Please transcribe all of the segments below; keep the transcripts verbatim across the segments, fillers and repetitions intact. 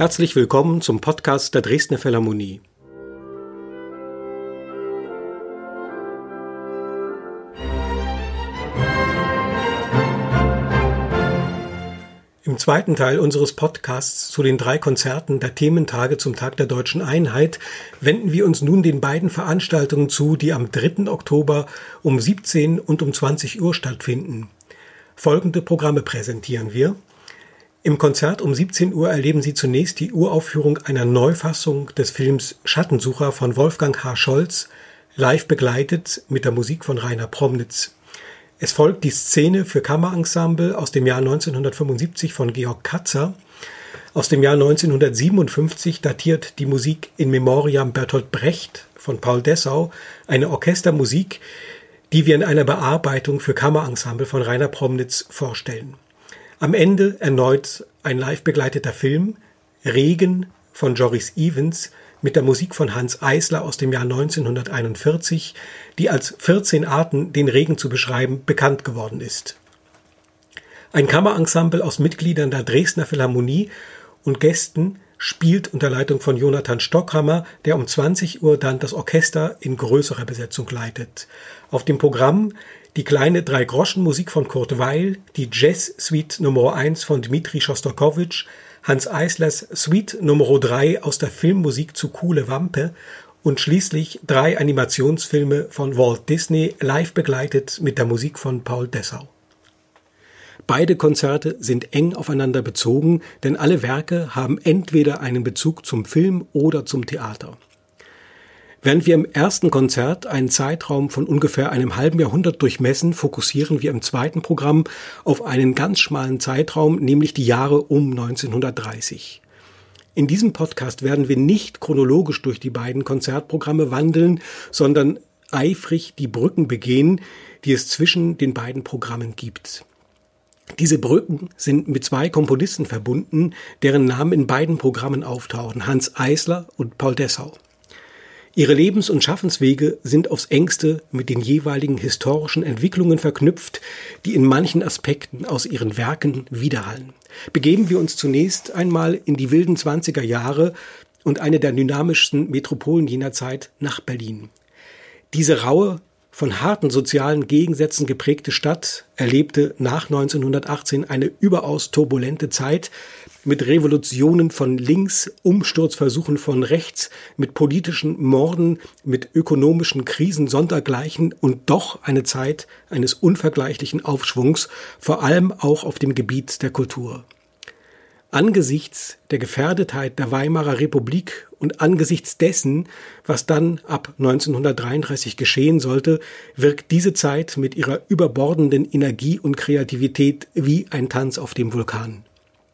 Herzlich willkommen zum Podcast der Dresdner Philharmonie. Im zweiten Teil unseres Podcasts zu den drei Konzerten der Thementage zum Tag der Deutschen Einheit wenden wir uns nun den beiden Veranstaltungen zu, die am dritten Oktober um siebzehn und um zwanzig Uhr stattfinden. Folgende Programme präsentieren wir. Im Konzert um siebzehn Uhr erleben Sie zunächst die Uraufführung einer Neufassung des Films Schattensucher von Wolfgang H. Scholz, live begleitet mit der Musik von Rainer Promnitz. Es folgt die Szene für Kammerensemble aus dem Jahr neunzehnhundertfünfundsiebzig von Georg Katzer. Aus dem Jahr neunzehnhundertsiebenundfünfzig datiert die Musik In Memoriam Bertolt Brecht von Paul Dessau, eine Orchestermusik, die wir in einer Bearbeitung für Kammerensemble von Rainer Promnitz vorstellen. Am Ende erneut ein live begleiteter Film, Regen von Joris Ivens, mit der Musik von Hanns Eisler aus dem Jahr neunzehnhunderteinundvierzig, die als vierzehn Arten, den Regen zu beschreiben, bekannt geworden ist. Ein Kammerensemble aus Mitgliedern der Dresdner Philharmonie und Gästen spielt unter Leitung von Jonathan Stockhammer, der um zwanzig Uhr dann das Orchester in größerer Besetzung leitet. Auf dem Programm die kleine Drei-Groschen-Musik von Kurt Weill, die Jazz-Suite Nummer eins von Dmitri Schostakowitsch, Hanns Eislers Suite Nummer drei aus der Filmmusik zu Kuhle Wampe und schließlich drei Animationsfilme von Walt Disney, live begleitet mit der Musik von Paul Dessau. Beide Konzerte sind eng aufeinander bezogen, denn alle Werke haben entweder einen Bezug zum Film oder zum Theater. Während wir im ersten Konzert einen Zeitraum von ungefähr einem halben Jahrhundert durchmessen, fokussieren wir im zweiten Programm auf einen ganz schmalen Zeitraum, nämlich die Jahre um neunzehnhundertdreißig. In diesem Podcast werden wir nicht chronologisch durch die beiden Konzertprogramme wandeln, sondern eifrig die Brücken begehen, die es zwischen den beiden Programmen gibt. Diese Brücken sind mit zwei Komponisten verbunden, deren Namen in beiden Programmen auftauchen, Hanns Eisler und Paul Dessau. Ihre Lebens- und Schaffenswege sind aufs engste mit den jeweiligen historischen Entwicklungen verknüpft, die in manchen Aspekten aus ihren Werken widerhallen. Begeben wir uns zunächst einmal in die wilden zwanziger Jahre und eine der dynamischsten Metropolen jener Zeit, nach Berlin. Diese raue, von harten sozialen Gegensätzen geprägte Stadt erlebte nach neunzehnhundertachtzehn eine überaus turbulente Zeit mit Revolutionen von links, Umsturzversuchen von rechts, mit politischen Morden, mit ökonomischen Krisen sondergleichen und doch eine Zeit eines unvergleichlichen Aufschwungs, vor allem auch auf dem Gebiet der Kultur. Angesichts der Gefährdetheit der Weimarer Republik und angesichts dessen, was dann ab neunzehnhundertdreiunddreißig geschehen sollte, wirkt diese Zeit mit ihrer überbordenden Energie und Kreativität wie ein Tanz auf dem Vulkan.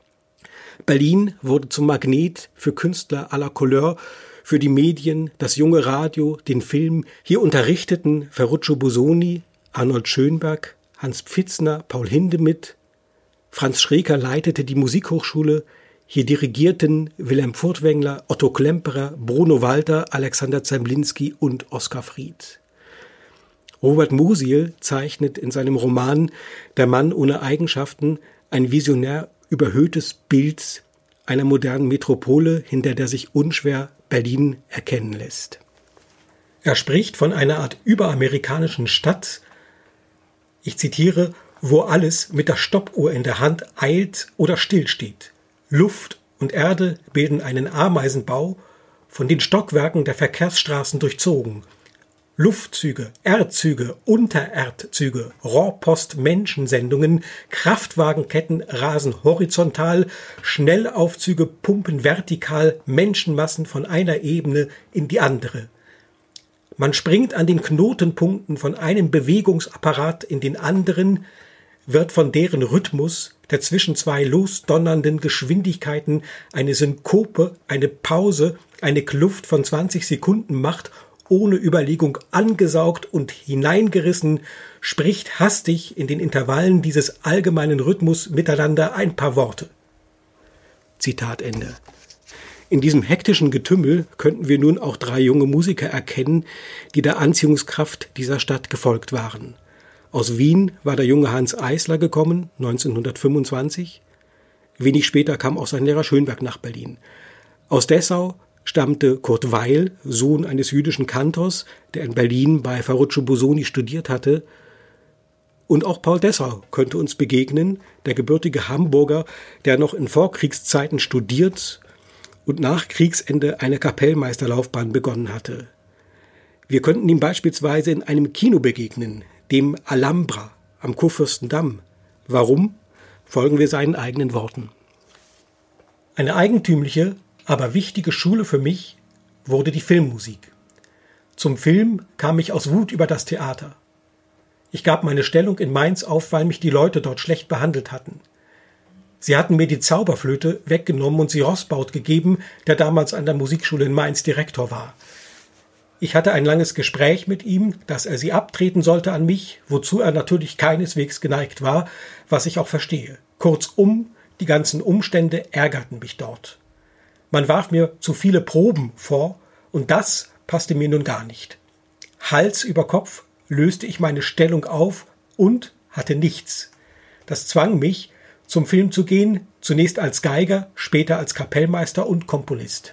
Berlin wurde zum Magnet für Künstler à la Couleur, für die Medien, das junge Radio, den Film. Hier unterrichteten Ferruccio Busoni, Arnold Schönberg, Hans Pfitzner, Paul Hindemith. Franz Schreker leitete die Musikhochschule. Hier dirigierten Wilhelm Furtwängler, Otto Klemperer, Bruno Walter, Alexander Zemlinski und Oskar Fried. Robert Musil zeichnet in seinem Roman Der Mann ohne Eigenschaften ein visionär überhöhtes Bild einer modernen Metropole, hinter der sich unschwer Berlin erkennen lässt. Er spricht von einer Art überamerikanischen Stadt, ich zitiere, wo alles mit der Stoppuhr in der Hand eilt oder stillsteht. Luft und Erde bilden einen Ameisenbau, von den Stockwerken der Verkehrsstraßen durchzogen. Luftzüge, Erdzüge, Untererdzüge, Rohrpost-Menschensendungen, Kraftwagenketten rasen horizontal, Schnellaufzüge pumpen vertikal Menschenmassen von einer Ebene in die andere. Man springt an den Knotenpunkten von einem Bewegungsapparat in den anderen, wird von deren Rhythmus, der zwischen zwei losdonnernden Geschwindigkeiten eine Synkope, eine Pause, eine Kluft von zwanzig Sekunden macht, ohne Überlegung angesaugt und hineingerissen, spricht hastig in den Intervallen dieses allgemeinen Rhythmus miteinander ein paar Worte. Zitat Ende. In diesem hektischen Getümmel könnten wir nun auch drei junge Musiker erkennen, die der Anziehungskraft dieser Stadt gefolgt waren. Aus Wien war der junge Hanns Eisler gekommen, neunzehnhundertfünfundzwanzig. Wenig später kam auch sein Lehrer Schönberg nach Berlin. Aus Dessau stammte Kurt Weil, Sohn eines jüdischen Kantors, der in Berlin bei Ferruccio Busoni studiert hatte. Und auch Paul Dessau könnte uns begegnen, der gebürtige Hamburger, der noch in Vorkriegszeiten studiert und nach Kriegsende eine Kapellmeisterlaufbahn begonnen hatte. Wir könnten ihm beispielsweise in einem Kino begegnen, dem Alhambra am Kurfürstendamm. Warum? Folgen wir seinen eigenen Worten. Eine eigentümliche, aber wichtige Schule für mich wurde die Filmmusik. Zum Film kam ich aus Wut über das Theater. Ich gab meine Stellung in Mainz auf, weil mich die Leute dort schlecht behandelt hatten. Sie hatten mir die Zauberflöte weggenommen und sie Rossbaut gegeben, der damals an der Musikschule in Mainz Direktor war. Ich hatte ein langes Gespräch mit ihm, dass er sie abtreten sollte an mich, wozu er natürlich keineswegs geneigt war, was ich auch verstehe. Kurzum, die ganzen Umstände ärgerten mich dort. Man warf mir zu viele Proben vor, und das passte mir nun gar nicht. Hals über Kopf löste ich meine Stellung auf und hatte nichts. Das zwang mich, zum Film zu gehen, zunächst als Geiger, später als Kapellmeister und Komponist.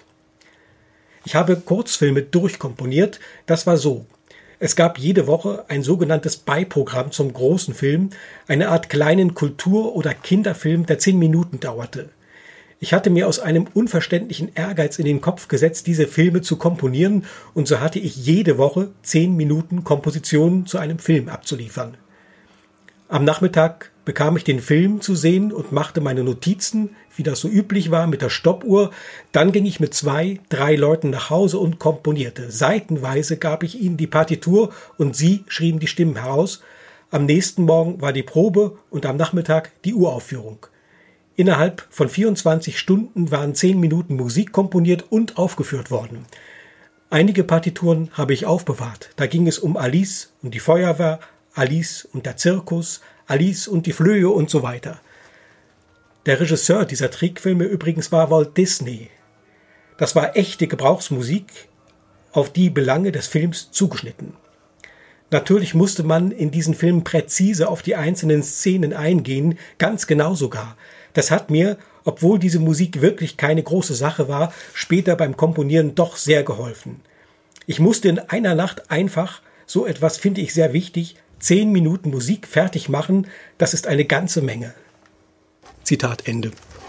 Ich habe Kurzfilme durchkomponiert, das war so. Es gab jede Woche ein sogenanntes Beiprogramm zum großen Film, eine Art kleinen Kultur- oder Kinderfilm, der zehn Minuten dauerte. Ich hatte mir aus einem unverständlichen Ehrgeiz in den Kopf gesetzt, diese Filme zu komponieren, und so hatte ich jede Woche zehn Minuten Kompositionen zu einem Film abzuliefern. Am Nachmittag bekam ich den Film zu sehen und machte meine Notizen, wie das so üblich war, mit der Stoppuhr. Dann ging ich mit zwei, drei Leuten nach Hause und komponierte. Seitenweise gab ich ihnen die Partitur und sie schrieben die Stimmen heraus. Am nächsten Morgen war die Probe und am Nachmittag die Uraufführung. Innerhalb von vierundzwanzig Stunden waren zehn Minuten Musik komponiert und aufgeführt worden. Einige Partituren habe ich aufbewahrt. Da ging es um Alice und die Feuerwehr, Alice und der Zirkus, Alice und die Flöhe und so weiter. Der Regisseur dieser Trickfilme übrigens war Walt Disney. Das war echte Gebrauchsmusik, auf die Belange des Films zugeschnitten. Natürlich musste man in diesen Filmen präzise auf die einzelnen Szenen eingehen, ganz genau sogar. Das hat mir, obwohl diese Musik wirklich keine große Sache war, später beim Komponieren doch sehr geholfen. Ich musste in einer Nacht einfach, so etwas finde ich sehr wichtig, zehn Minuten Musik fertig machen, das ist eine ganze Menge. Zitat Ende.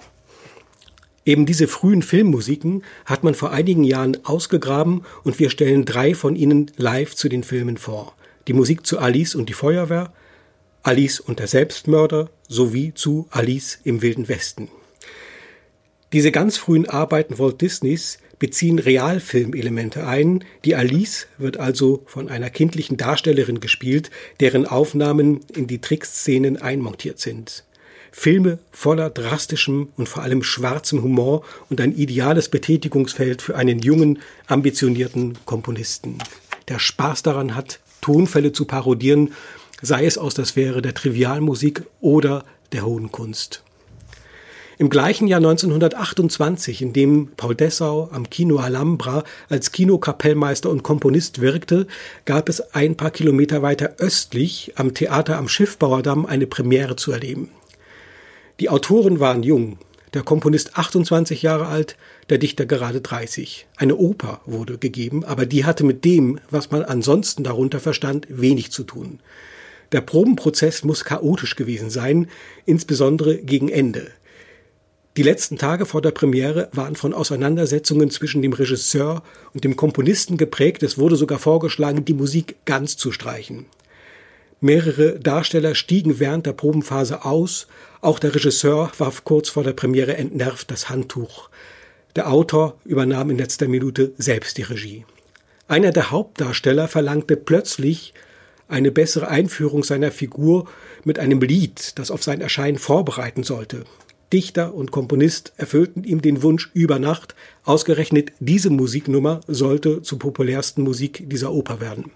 Eben diese frühen Filmmusiken hat man vor einigen Jahren ausgegraben und wir stellen drei von ihnen live zu den Filmen vor. Die Musik zu Alice und die Feuerwehr, Alice und der Selbstmörder sowie zu Alice im Wilden Westen. Diese ganz frühen Arbeiten Walt Disneys beziehen Realfilmelemente ein. Die Alice wird also von einer kindlichen Darstellerin gespielt, deren Aufnahmen in die Trickszenen einmontiert sind. Filme voller drastischem und vor allem schwarzem Humor und ein ideales Betätigungsfeld für einen jungen, ambitionierten Komponisten, der Spaß daran hat, Tonfälle zu parodieren, sei es aus der Sphäre der Trivialmusik oder der hohen Kunst. Im gleichen Jahr neunzehnhundertachtundzwanzig, in dem Paul Dessau am Kino Alhambra als Kinokapellmeister und Komponist wirkte, gab es ein paar Kilometer weiter östlich am Theater am Schiffbauerdamm eine Premiere zu erleben. Die Autoren waren jung, der Komponist achtundzwanzig Jahre alt, der Dichter gerade dreißig. Eine Oper wurde gegeben, aber die hatte mit dem, was man ansonsten darunter verstand, wenig zu tun. Der Probenprozess muss chaotisch gewesen sein, insbesondere gegen Ende. Die letzten Tage vor der Premiere waren von Auseinandersetzungen zwischen dem Regisseur und dem Komponisten geprägt. Es wurde sogar vorgeschlagen, die Musik ganz zu streichen. Mehrere Darsteller stiegen während der Probenphase aus. Auch der Regisseur warf kurz vor der Premiere entnervt das Handtuch. Der Autor übernahm in letzter Minute selbst die Regie. Einer der Hauptdarsteller verlangte plötzlich eine bessere Einführung seiner Figur mit einem Lied, das auf sein Erscheinen vorbereiten sollte. Dichter und Komponist erfüllten ihm den Wunsch über Nacht. Ausgerechnet diese Musiknummer sollte zur populärsten Musik dieser Oper werden.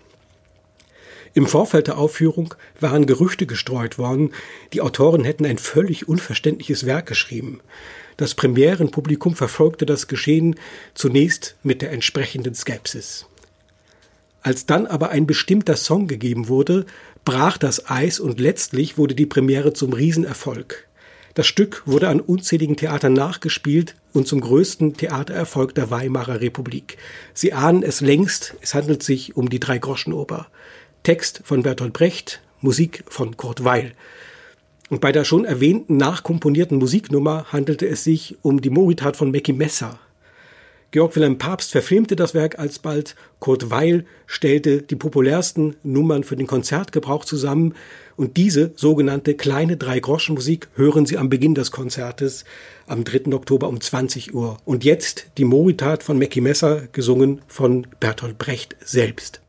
Im Vorfeld der Aufführung waren Gerüchte gestreut worden, die Autoren hätten ein völlig unverständliches Werk geschrieben. Das Premierenpublikum verfolgte das Geschehen zunächst mit der entsprechenden Skepsis. Als dann aber ein bestimmter Song gegeben wurde, brach das Eis und letztlich wurde die Premiere zum Riesenerfolg. Das Stück wurde an unzähligen Theatern nachgespielt und zum größten Theatererfolg der Weimarer Republik. Sie ahnen es längst, es handelt sich um die Dreigroschenoper. Text von Bertolt Brecht, Musik von Kurt Weill. Und bei der schon erwähnten nachkomponierten Musiknummer handelte es sich um die Moritat von Mackie Messer. Georg Wilhelm Pabst verfilmte das Werk alsbald. Kurt Weill stellte die populärsten Nummern für den Konzertgebrauch zusammen. Und diese sogenannte kleine Dreigroschenmusik hören Sie am Beginn des Konzertes am dritten Oktober um zwanzig Uhr. Und jetzt die Moritat von Mackie Messer, gesungen von Bertolt Brecht selbst.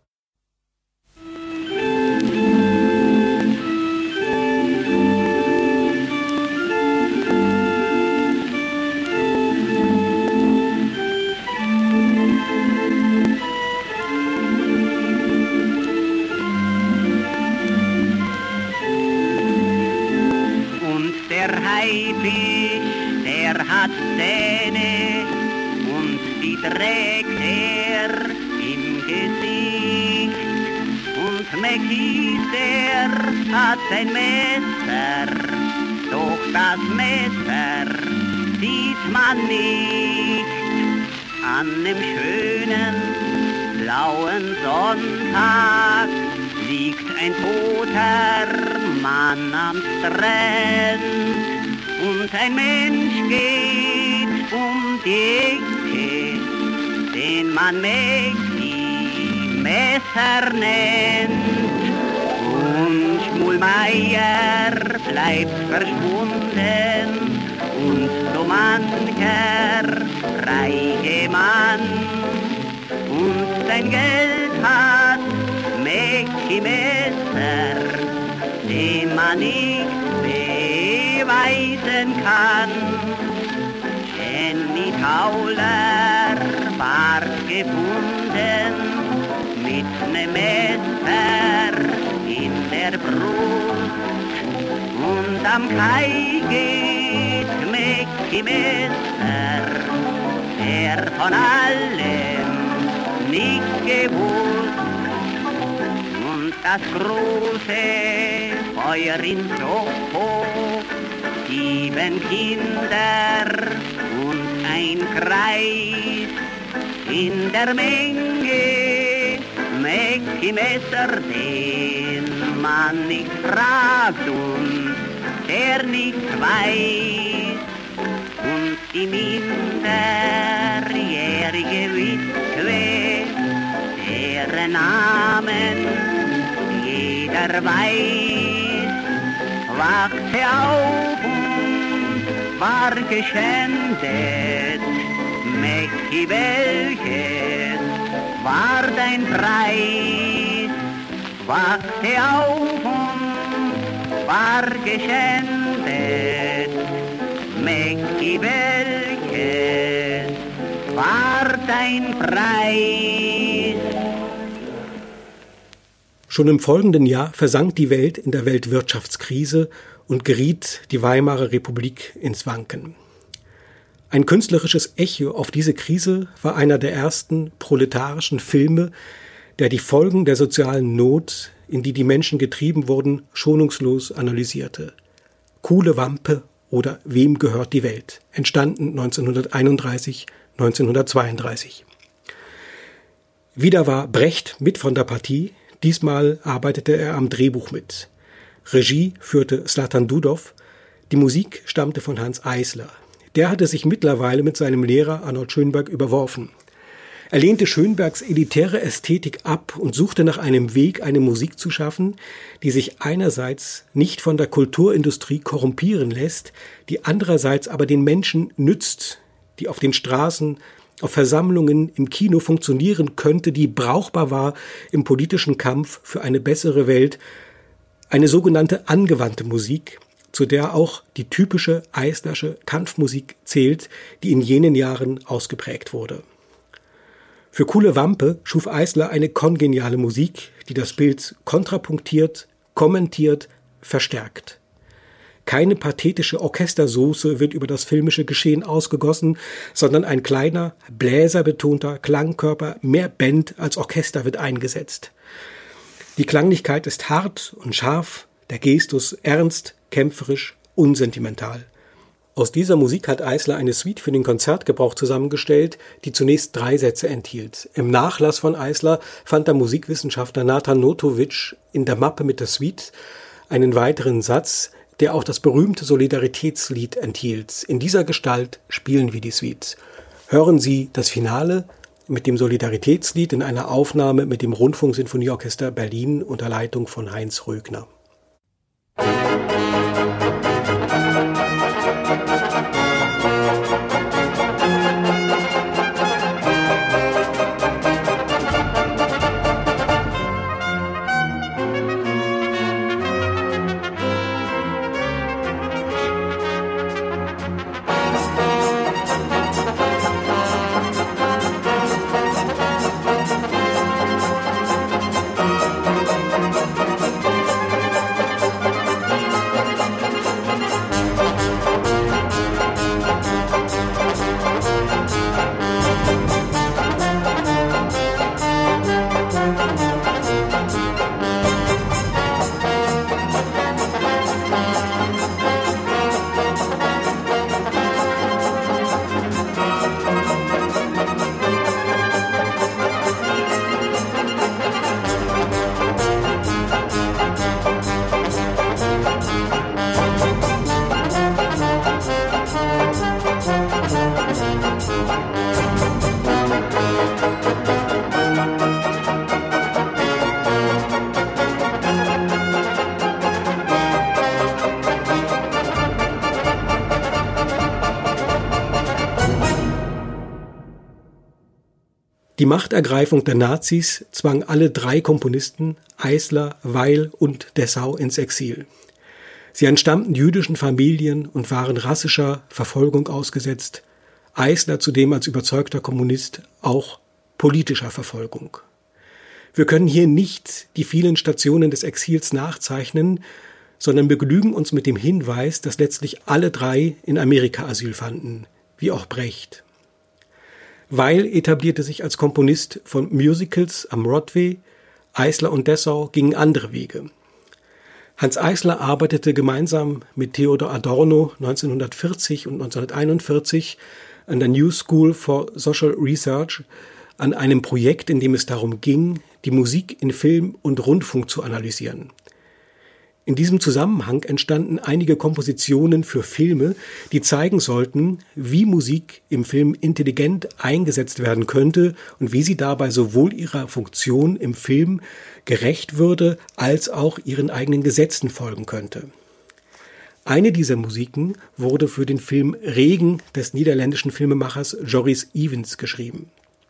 Der hat Zähne und die trägt er im Gesicht. Und Mackie, der hat ein Messer, doch das Messer sieht man nicht. An dem schönen blauen Sonntag liegt ein toter Mann am Strand. Und ein Mensch geht um die Ecke, den man Mackie Messer nennt. Und Schmulmeier bleibt verschwunden und so mancher reiche Mann. Und sein Geld hat Mackie Messer, den man nicht beweisen kann. Jenny Tauler ward gefunden mit nem Messer in der Brust. Und am Kai geht Mackie Messer, der von allem nicht gewusst. Und das große Feuer in Soho, sieben Kinder und ein Kreis. In der Menge Mackie Messer, den man nicht fragt und der nicht weiß. Und die minderjährige Witwe, deren Namen jeder weiß, wachte auf und war geschändet. Mackie, welches war dein Preis? Wachte auf und war geschändet. Mackie, welches war dein Preis? Schon im folgenden Jahr versank die Welt in der Weltwirtschaftskrise und geriet die Weimarer Republik ins Wanken. Ein künstlerisches Echo auf diese Krise war einer der ersten proletarischen Filme, der die Folgen der sozialen Not, in die die Menschen getrieben wurden, schonungslos analysierte. Kuhle Wampe oder Wem gehört die Welt? Entstanden neunzehnhunderteinunddreißig, neunzehnhundertzweiunddreißig. Wieder war Brecht mit von der Partie. Diesmal arbeitete er am Drehbuch mit. Regie führte Zlatan Dudow. Die Musik stammte von Hans Eisler. Der hatte sich mittlerweile mit seinem Lehrer Arnold Schönberg überworfen. Er lehnte Schönbergs elitäre Ästhetik ab und suchte nach einem Weg, eine Musik zu schaffen, die sich einerseits nicht von der Kulturindustrie korrumpieren lässt, die andererseits aber den Menschen nützt, die auf den Straßen, auf Versammlungen, im Kino funktionieren könnte, die brauchbar war im politischen Kampf für eine bessere Welt, eine sogenannte angewandte Musik, zu der auch die typische Eislersche Kampfmusik zählt, die in jenen Jahren ausgeprägt wurde. Für Kuhle Wampe schuf Eisler eine kongeniale Musik, die das Bild kontrapunktiert, kommentiert, verstärkt. Keine pathetische Orchestersoße wird über das filmische Geschehen ausgegossen, sondern ein kleiner, bläserbetonter Klangkörper, mehr Band als Orchester wird eingesetzt. Die Klanglichkeit ist hart und scharf, der Gestus ernst, kämpferisch, unsentimental. Aus dieser Musik hat Eisler eine Suite für den Konzertgebrauch zusammengestellt, die zunächst drei Sätze enthielt. Im Nachlass von Eisler fand der Musikwissenschaftler Nathan Notovic in der Mappe mit der Suite einen weiteren Satz, der auch das berühmte Solidaritätslied enthielt. In dieser Gestalt spielen wir die Suite. Hören Sie das Finale mit dem Solidaritätslied in einer Aufnahme mit dem Rundfunksinfonieorchester Berlin unter Leitung von Heinz Rögner. Die Machtergreifung der Nazis zwang alle drei Komponisten, Eisler, Weil und Dessau, ins Exil. Sie entstammten jüdischen Familien und waren rassischer Verfolgung ausgesetzt, Eisler zudem als überzeugter Kommunist auch politischer Verfolgung. Wir können hier nicht die vielen Stationen des Exils nachzeichnen, sondern begnügen uns mit dem Hinweis, dass letztlich alle drei in Amerika Asyl fanden, wie auch Brecht. Weil etablierte sich als Komponist von Musicals am Broadway, Eisler und Dessau gingen andere Wege. Hans Eisler arbeitete gemeinsam mit Theodor Adorno neunzehnhundertvierzig und neunzehnhunderteinundvierzig an der New School for Social Research an einem Projekt, in dem es darum ging, die Musik in Film und Rundfunk zu analysieren. In diesem Zusammenhang entstanden einige Kompositionen für Filme, die zeigen sollten, wie Musik im Film intelligent eingesetzt werden könnte und wie sie dabei sowohl ihrer Funktion im Film gerecht würde, als auch ihren eigenen Gesetzen folgen könnte. Eine dieser Musiken wurde für den Film Regen des niederländischen Filmemachers Joris Ivens geschrieben.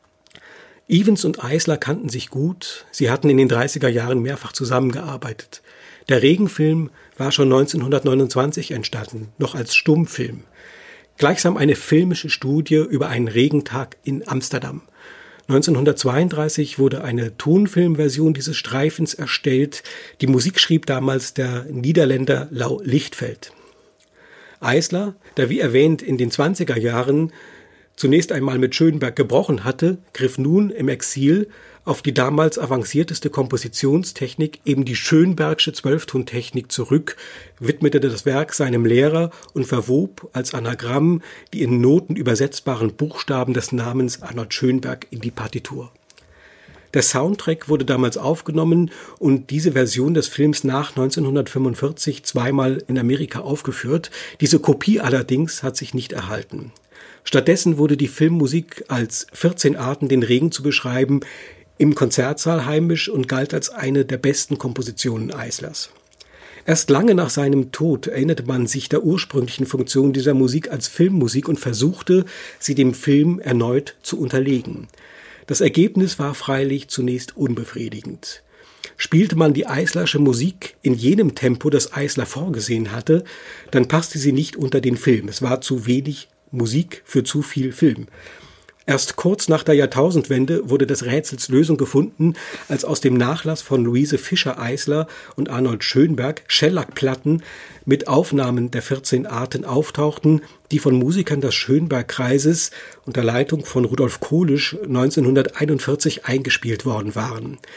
Ivens und Eisler kannten sich gut, sie hatten in den dreißiger Jahren mehrfach zusammengearbeitet. Der Regenfilm war schon neunzehnhundertneunundzwanzig entstanden, noch als Stummfilm. Gleichsam eine filmische Studie über einen Regentag in Amsterdam. neunzehnhundertzweiunddreißig wurde eine Tonfilmversion dieses Streifens erstellt. Die Musik schrieb damals der Niederländer Lau Lichtveld. Eisler, der wie erwähnt in den zwanziger Jahren zunächst einmal mit Schönberg gebrochen hatte, griff nun im Exil auf die damals avancierteste Kompositionstechnik, eben die Schönbergsche Zwölftontechnik, zurück, widmete das Werk seinem Lehrer und verwob als Anagramm die in Noten übersetzbaren Buchstaben des Namens Arnold Schönberg in die Partitur. Der Soundtrack wurde damals aufgenommen und diese Version des Films nach neunzehnhundertfünfundvierzig zweimal in Amerika aufgeführt. Diese Kopie allerdings hat sich nicht erhalten. Stattdessen wurde die Filmmusik als vierzehn Arten, den Regen zu beschreiben, im Konzertsaal heimisch und galt als eine der besten Kompositionen Eislers. Erst lange nach seinem Tod erinnerte man sich der ursprünglichen Funktion dieser Musik als Filmmusik und versuchte, sie dem Film erneut zu unterlegen. Das Ergebnis war freilich zunächst unbefriedigend. Spielte man die Eislersche Musik in jenem Tempo, das Eisler vorgesehen hatte, dann passte sie nicht unter den Film. Es war zu wenig Musik für zu viel Film. Erst kurz nach der Jahrtausendwende wurde des Rätsels Lösung gefunden, als aus dem Nachlass von Luise Fischer-Eisler und Arnold Schönberg Schellackplatten mit Aufnahmen der vierzehn Arten auftauchten, die von Musikern des Schönberg-Kreises unter Leitung von Rudolf Kohlisch neunzehnhunderteinundvierzig eingespielt worden waren.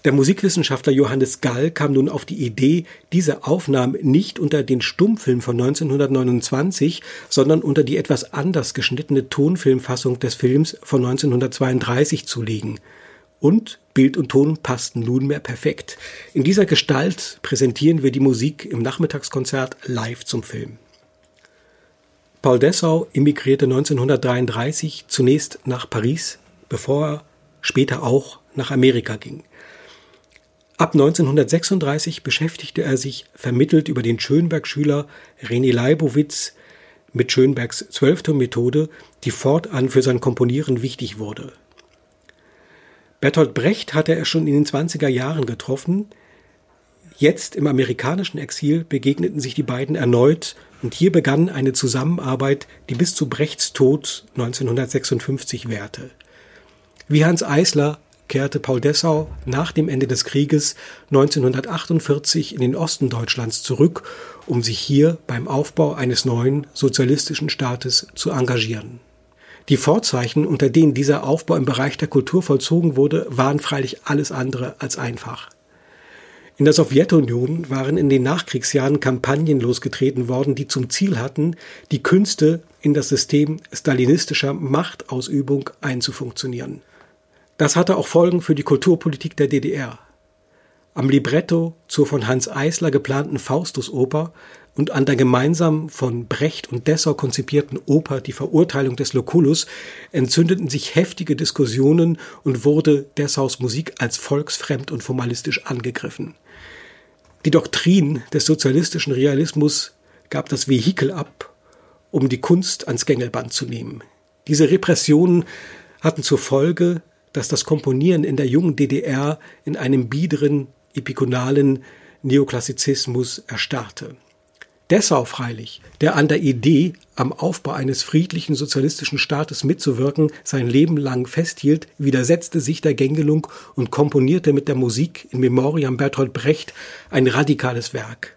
Der Musikwissenschaftler Johannes Gall kam nun auf die Idee, diese Aufnahmen nicht unter den Stummfilm von neunzehnhundertneunundzwanzig, sondern unter die etwas anders geschnittene Tonfilmfassung des Films von neunzehnhundertzweiunddreißig zu legen. Und Bild und Ton passten nunmehr perfekt. In dieser Gestalt präsentieren wir die Musik im Nachmittagskonzert live zum Film. Paul Dessau emigrierte neunzehnhundertdreiunddreißig zunächst nach Paris, bevor er später auch nach Amerika ging. Ab neunzehnhundertsechsunddreißig beschäftigte er sich vermittelt über den Schönberg-Schüler René Leibowitz mit Schönbergs Zwölfton-Methode, die fortan für sein Komponieren wichtig wurde. Bertolt Brecht hatte er schon in den zwanziger Jahren getroffen. Jetzt im amerikanischen Exil begegneten sich die beiden erneut und hier begann eine Zusammenarbeit, die bis zu Brechts Tod neunzehnhundertsechsundfünfzig währte. Wie Hanns Eisler kehrte Paul Dessau nach dem Ende des Krieges neunzehnhundertachtundvierzig in den Osten Deutschlands zurück, um sich hier beim Aufbau eines neuen sozialistischen Staates zu engagieren. Die Vorzeichen, unter denen dieser Aufbau im Bereich der Kultur vollzogen wurde, waren freilich alles andere als einfach. In der Sowjetunion waren in den Nachkriegsjahren Kampagnen losgetreten worden, die zum Ziel hatten, die Künste in das System stalinistischer Machtausübung einzufunktionieren. Das hatte auch Folgen für die Kulturpolitik der D D R. Am Libretto zur von Hanns Eisler geplanten Faustus-Oper und an der gemeinsam von Brecht und Dessau konzipierten Oper Die Verurteilung des Lucullus entzündeten sich heftige Diskussionen und wurde Dessaus Musik als volksfremd und formalistisch angegriffen. Die Doktrin des sozialistischen Realismus gab das Vehikel ab, um die Kunst ans Gängelband zu nehmen. Diese Repressionen hatten zur Folge, dass das Komponieren in der jungen D D R in einem biederen, epigonalen Neoklassizismus erstarrte. Dessau freilich, der an der Idee, am Aufbau eines friedlichen sozialistischen Staates mitzuwirken, sein Leben lang festhielt, widersetzte sich der Gängelung und komponierte mit der Musik in Memoriam Bertolt Brecht ein radikales Werk.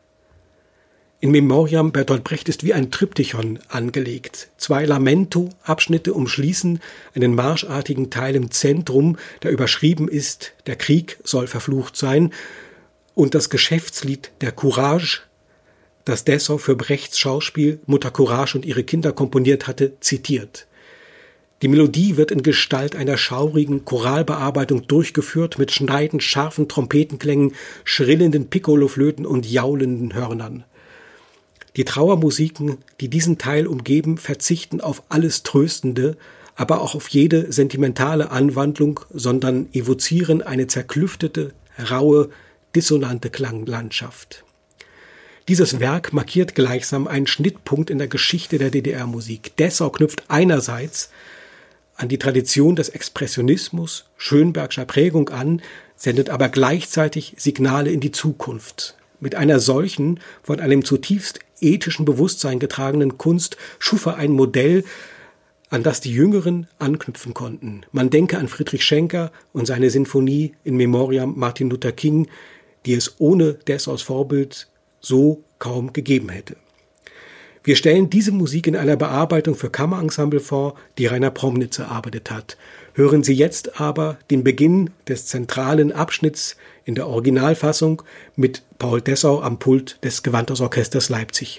In Memoriam Bertolt Brecht ist wie ein Triptychon angelegt. Zwei Lamento-Abschnitte umschließen einen marschartigen Teil im Zentrum, der überschrieben ist, der Krieg soll verflucht sein, und das Geschäftslied der Courage, das Dessau für Brechts Schauspiel Mutter Courage und ihre Kinder komponiert hatte, zitiert. Die Melodie wird in Gestalt einer schaurigen Choralbearbeitung durchgeführt mit schneidend scharfen Trompetenklängen, schrillenden Piccoloflöten und jaulenden Hörnern. Die Trauermusiken, die diesen Teil umgeben, verzichten auf alles Tröstende, aber auch auf jede sentimentale Anwandlung, sondern evozieren eine zerklüftete, raue, dissonante Klanglandschaft. Dieses Werk markiert gleichsam einen Schnittpunkt in der Geschichte der D D R-Musik. Dessau knüpft einerseits an die Tradition des Expressionismus Schönbergscher Prägung an, sendet aber gleichzeitig Signale in die Zukunft. Mit einer solchen, von einem zutiefst ethischen Bewusstsein getragenen Kunst schuf er ein Modell, an das die Jüngeren anknüpfen konnten. Man denke an Friedrich Schenker und seine Sinfonie in Memoriam Martin Luther King, die es ohne Dessaus Vorbild so kaum gegeben hätte. Wir stellen diese Musik in einer Bearbeitung für Kammerensemble vor, die Rainer Promnitz erarbeitet hat. Hören Sie jetzt aber den Beginn des zentralen Abschnitts in der Originalfassung mit Paul Dessau am Pult des Gewandhausorchesters Leipzig.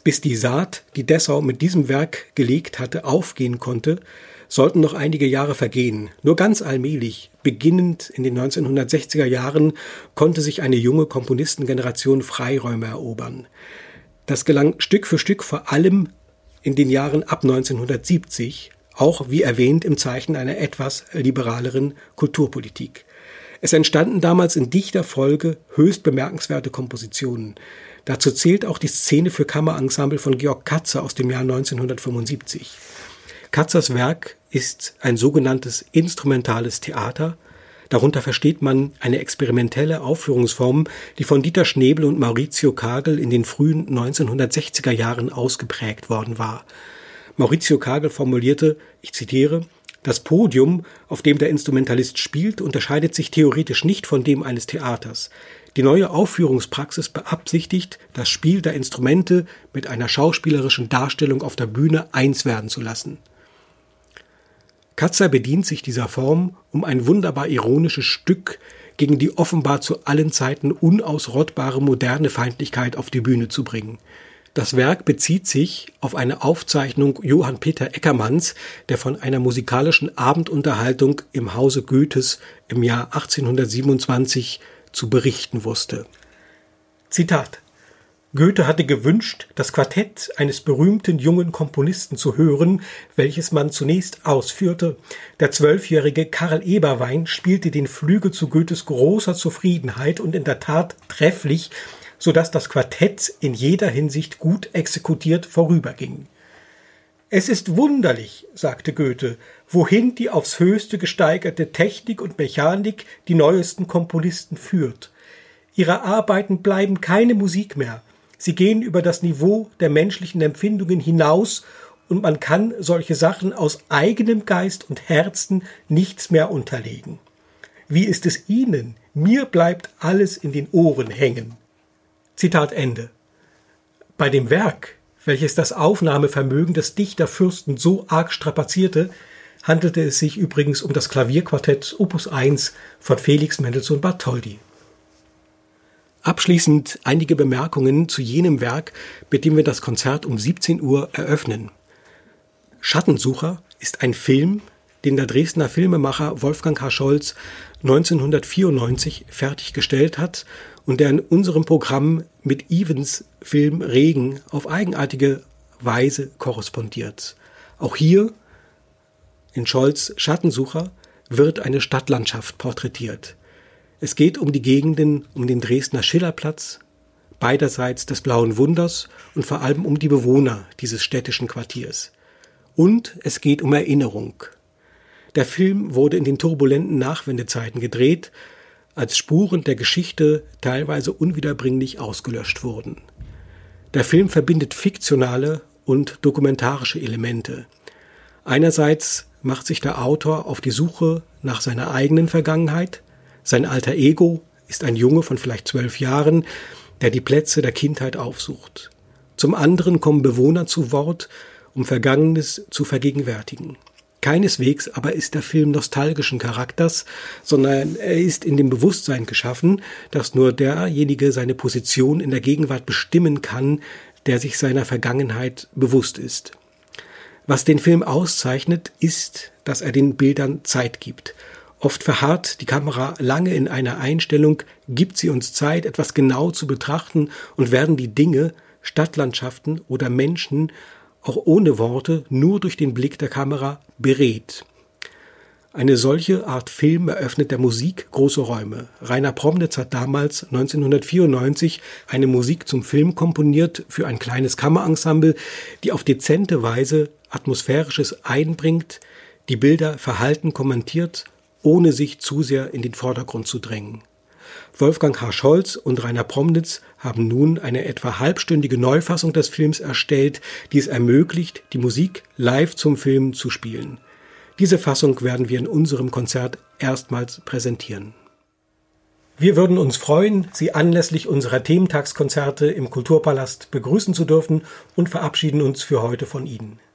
Bis die Saat, die Dessau mit diesem Werk gelegt hatte, aufgehen konnte, sollten noch einige Jahre vergehen. Nur ganz allmählich, beginnend in den neunzehnhundertsechziger Jahren, konnte sich eine junge Komponistengeneration Freiräume erobern. Das gelang Stück für Stück vor allem in den Jahren ab neunzehnhundertsiebzig, auch wie erwähnt im Zeichen einer etwas liberaleren Kulturpolitik. Es entstanden damals in dichter Folge höchst bemerkenswerte Kompositionen. Dazu zählt auch die Szene für Kammerensemble von Georg Katzer aus dem Jahr neunzehnhundertfünfundsiebzig. Katzers Werk ist ein sogenanntes instrumentales Theater. Darunter versteht man eine experimentelle Aufführungsform, die von Dieter Schnebel und Maurizio Kagel in den frühen neunzehnhundertsechziger Jahren ausgeprägt worden war. Maurizio Kagel formulierte, ich zitiere, das Podium, auf dem der Instrumentalist spielt, unterscheidet sich theoretisch nicht von dem eines Theaters. Die neue Aufführungspraxis beabsichtigt, das Spiel der Instrumente mit einer schauspielerischen Darstellung auf der Bühne eins werden zu lassen. Katzer bedient sich dieser Form, um ein wunderbar ironisches Stück gegen die offenbar zu allen Zeiten unausrottbare moderne Feindlichkeit auf die Bühne zu bringen. Das Werk bezieht sich auf eine Aufzeichnung Johann Peter Eckermanns, der von einer musikalischen Abendunterhaltung im Hause Goethes im Jahr achtzehnhundertsiebenundzwanzig zu berichten wusste. Zitat: Goethe hatte gewünscht, das Quartett eines berühmten jungen Komponisten zu hören, welches man zunächst ausführte. Der zwölfjährige Karl Eberwein spielte den Flügel zu Goethes großer Zufriedenheit und in der Tat trefflich, so dass das Quartett in jeder Hinsicht gut exekutiert vorüberging. Es ist wunderlich, sagte Goethe, wohin die aufs Höchste gesteigerte Technik und Mechanik die neuesten Komponisten führt. Ihrer Arbeiten bleiben keine Musik mehr. Sie gehen über das Niveau der menschlichen Empfindungen hinaus und man kann solche Sachen aus eigenem Geist und Herzen nichts mehr unterlegen. Wie ist es Ihnen? Mir bleibt alles in den Ohren hängen. Zitat Ende. Bei dem Werk, welches das Aufnahmevermögen des Dichterfürsten so arg strapazierte, handelte es sich übrigens um das Klavierquartett Opus eins von Felix Mendelssohn Bartholdy. Abschließend einige Bemerkungen zu jenem Werk, mit dem wir das Konzert um siebzehn Uhr eröffnen. Schattensucher ist ein Film, den der Dresdner Filmemacher Wolfgang H. Scholz neunzehnhundertvierundneunzig fertiggestellt hat und der in unserem Programm mit Evans Film Regen auf eigenartige Weise korrespondiert. Auch hier, in Scholz' Schattensucher, wird eine Stadtlandschaft porträtiert. Es geht um die Gegenden um den Dresdner Schillerplatz, beiderseits des Blauen Wunders und vor allem um die Bewohner dieses städtischen Quartiers. Und es geht um Erinnerung. Der Film wurde in den turbulenten Nachwendezeiten gedreht, als Spuren der Geschichte teilweise unwiederbringlich ausgelöscht wurden. Der Film verbindet fiktionale und dokumentarische Elemente. Einerseits macht sich der Autor auf die Suche nach seiner eigenen Vergangenheit. Sein alter Ego ist ein Junge von vielleicht zwölf Jahren, der die Plätze der Kindheit aufsucht. Zum anderen kommen Bewohner zu Wort, um Vergangenes zu vergegenwärtigen. Keineswegs aber ist der Film nostalgischen Charakters, sondern er ist in dem Bewusstsein geschaffen, dass nur derjenige seine Position in der Gegenwart bestimmen kann, der sich seiner Vergangenheit bewusst ist. Was den Film auszeichnet, ist, dass er den Bildern Zeit gibt. Oft verharrt die Kamera lange in einer Einstellung, gibt sie uns Zeit, etwas genau zu betrachten und werden die Dinge, Stadtlandschaften oder Menschen auch ohne Worte, nur durch den Blick der Kamera berät. Eine solche Art Film eröffnet der Musik große Räume. Rainer Promnitz hat damals neunzehnhundertvierundneunzig eine Musik zum Film komponiert für ein kleines Kammerensemble, die auf dezente Weise Atmosphärisches einbringt, die Bilder verhalten kommentiert, ohne sich zu sehr in den Vordergrund zu drängen. Wolfgang H. Scholz und Rainer Promnitz haben nun eine etwa halbstündige Neufassung des Films erstellt, die es ermöglicht, die Musik live zum Film zu spielen. Diese Fassung werden wir in unserem Konzert erstmals präsentieren. Wir würden uns freuen, Sie anlässlich unserer Thementagskonzerte im Kulturpalast begrüßen zu dürfen und verabschieden uns für heute von Ihnen.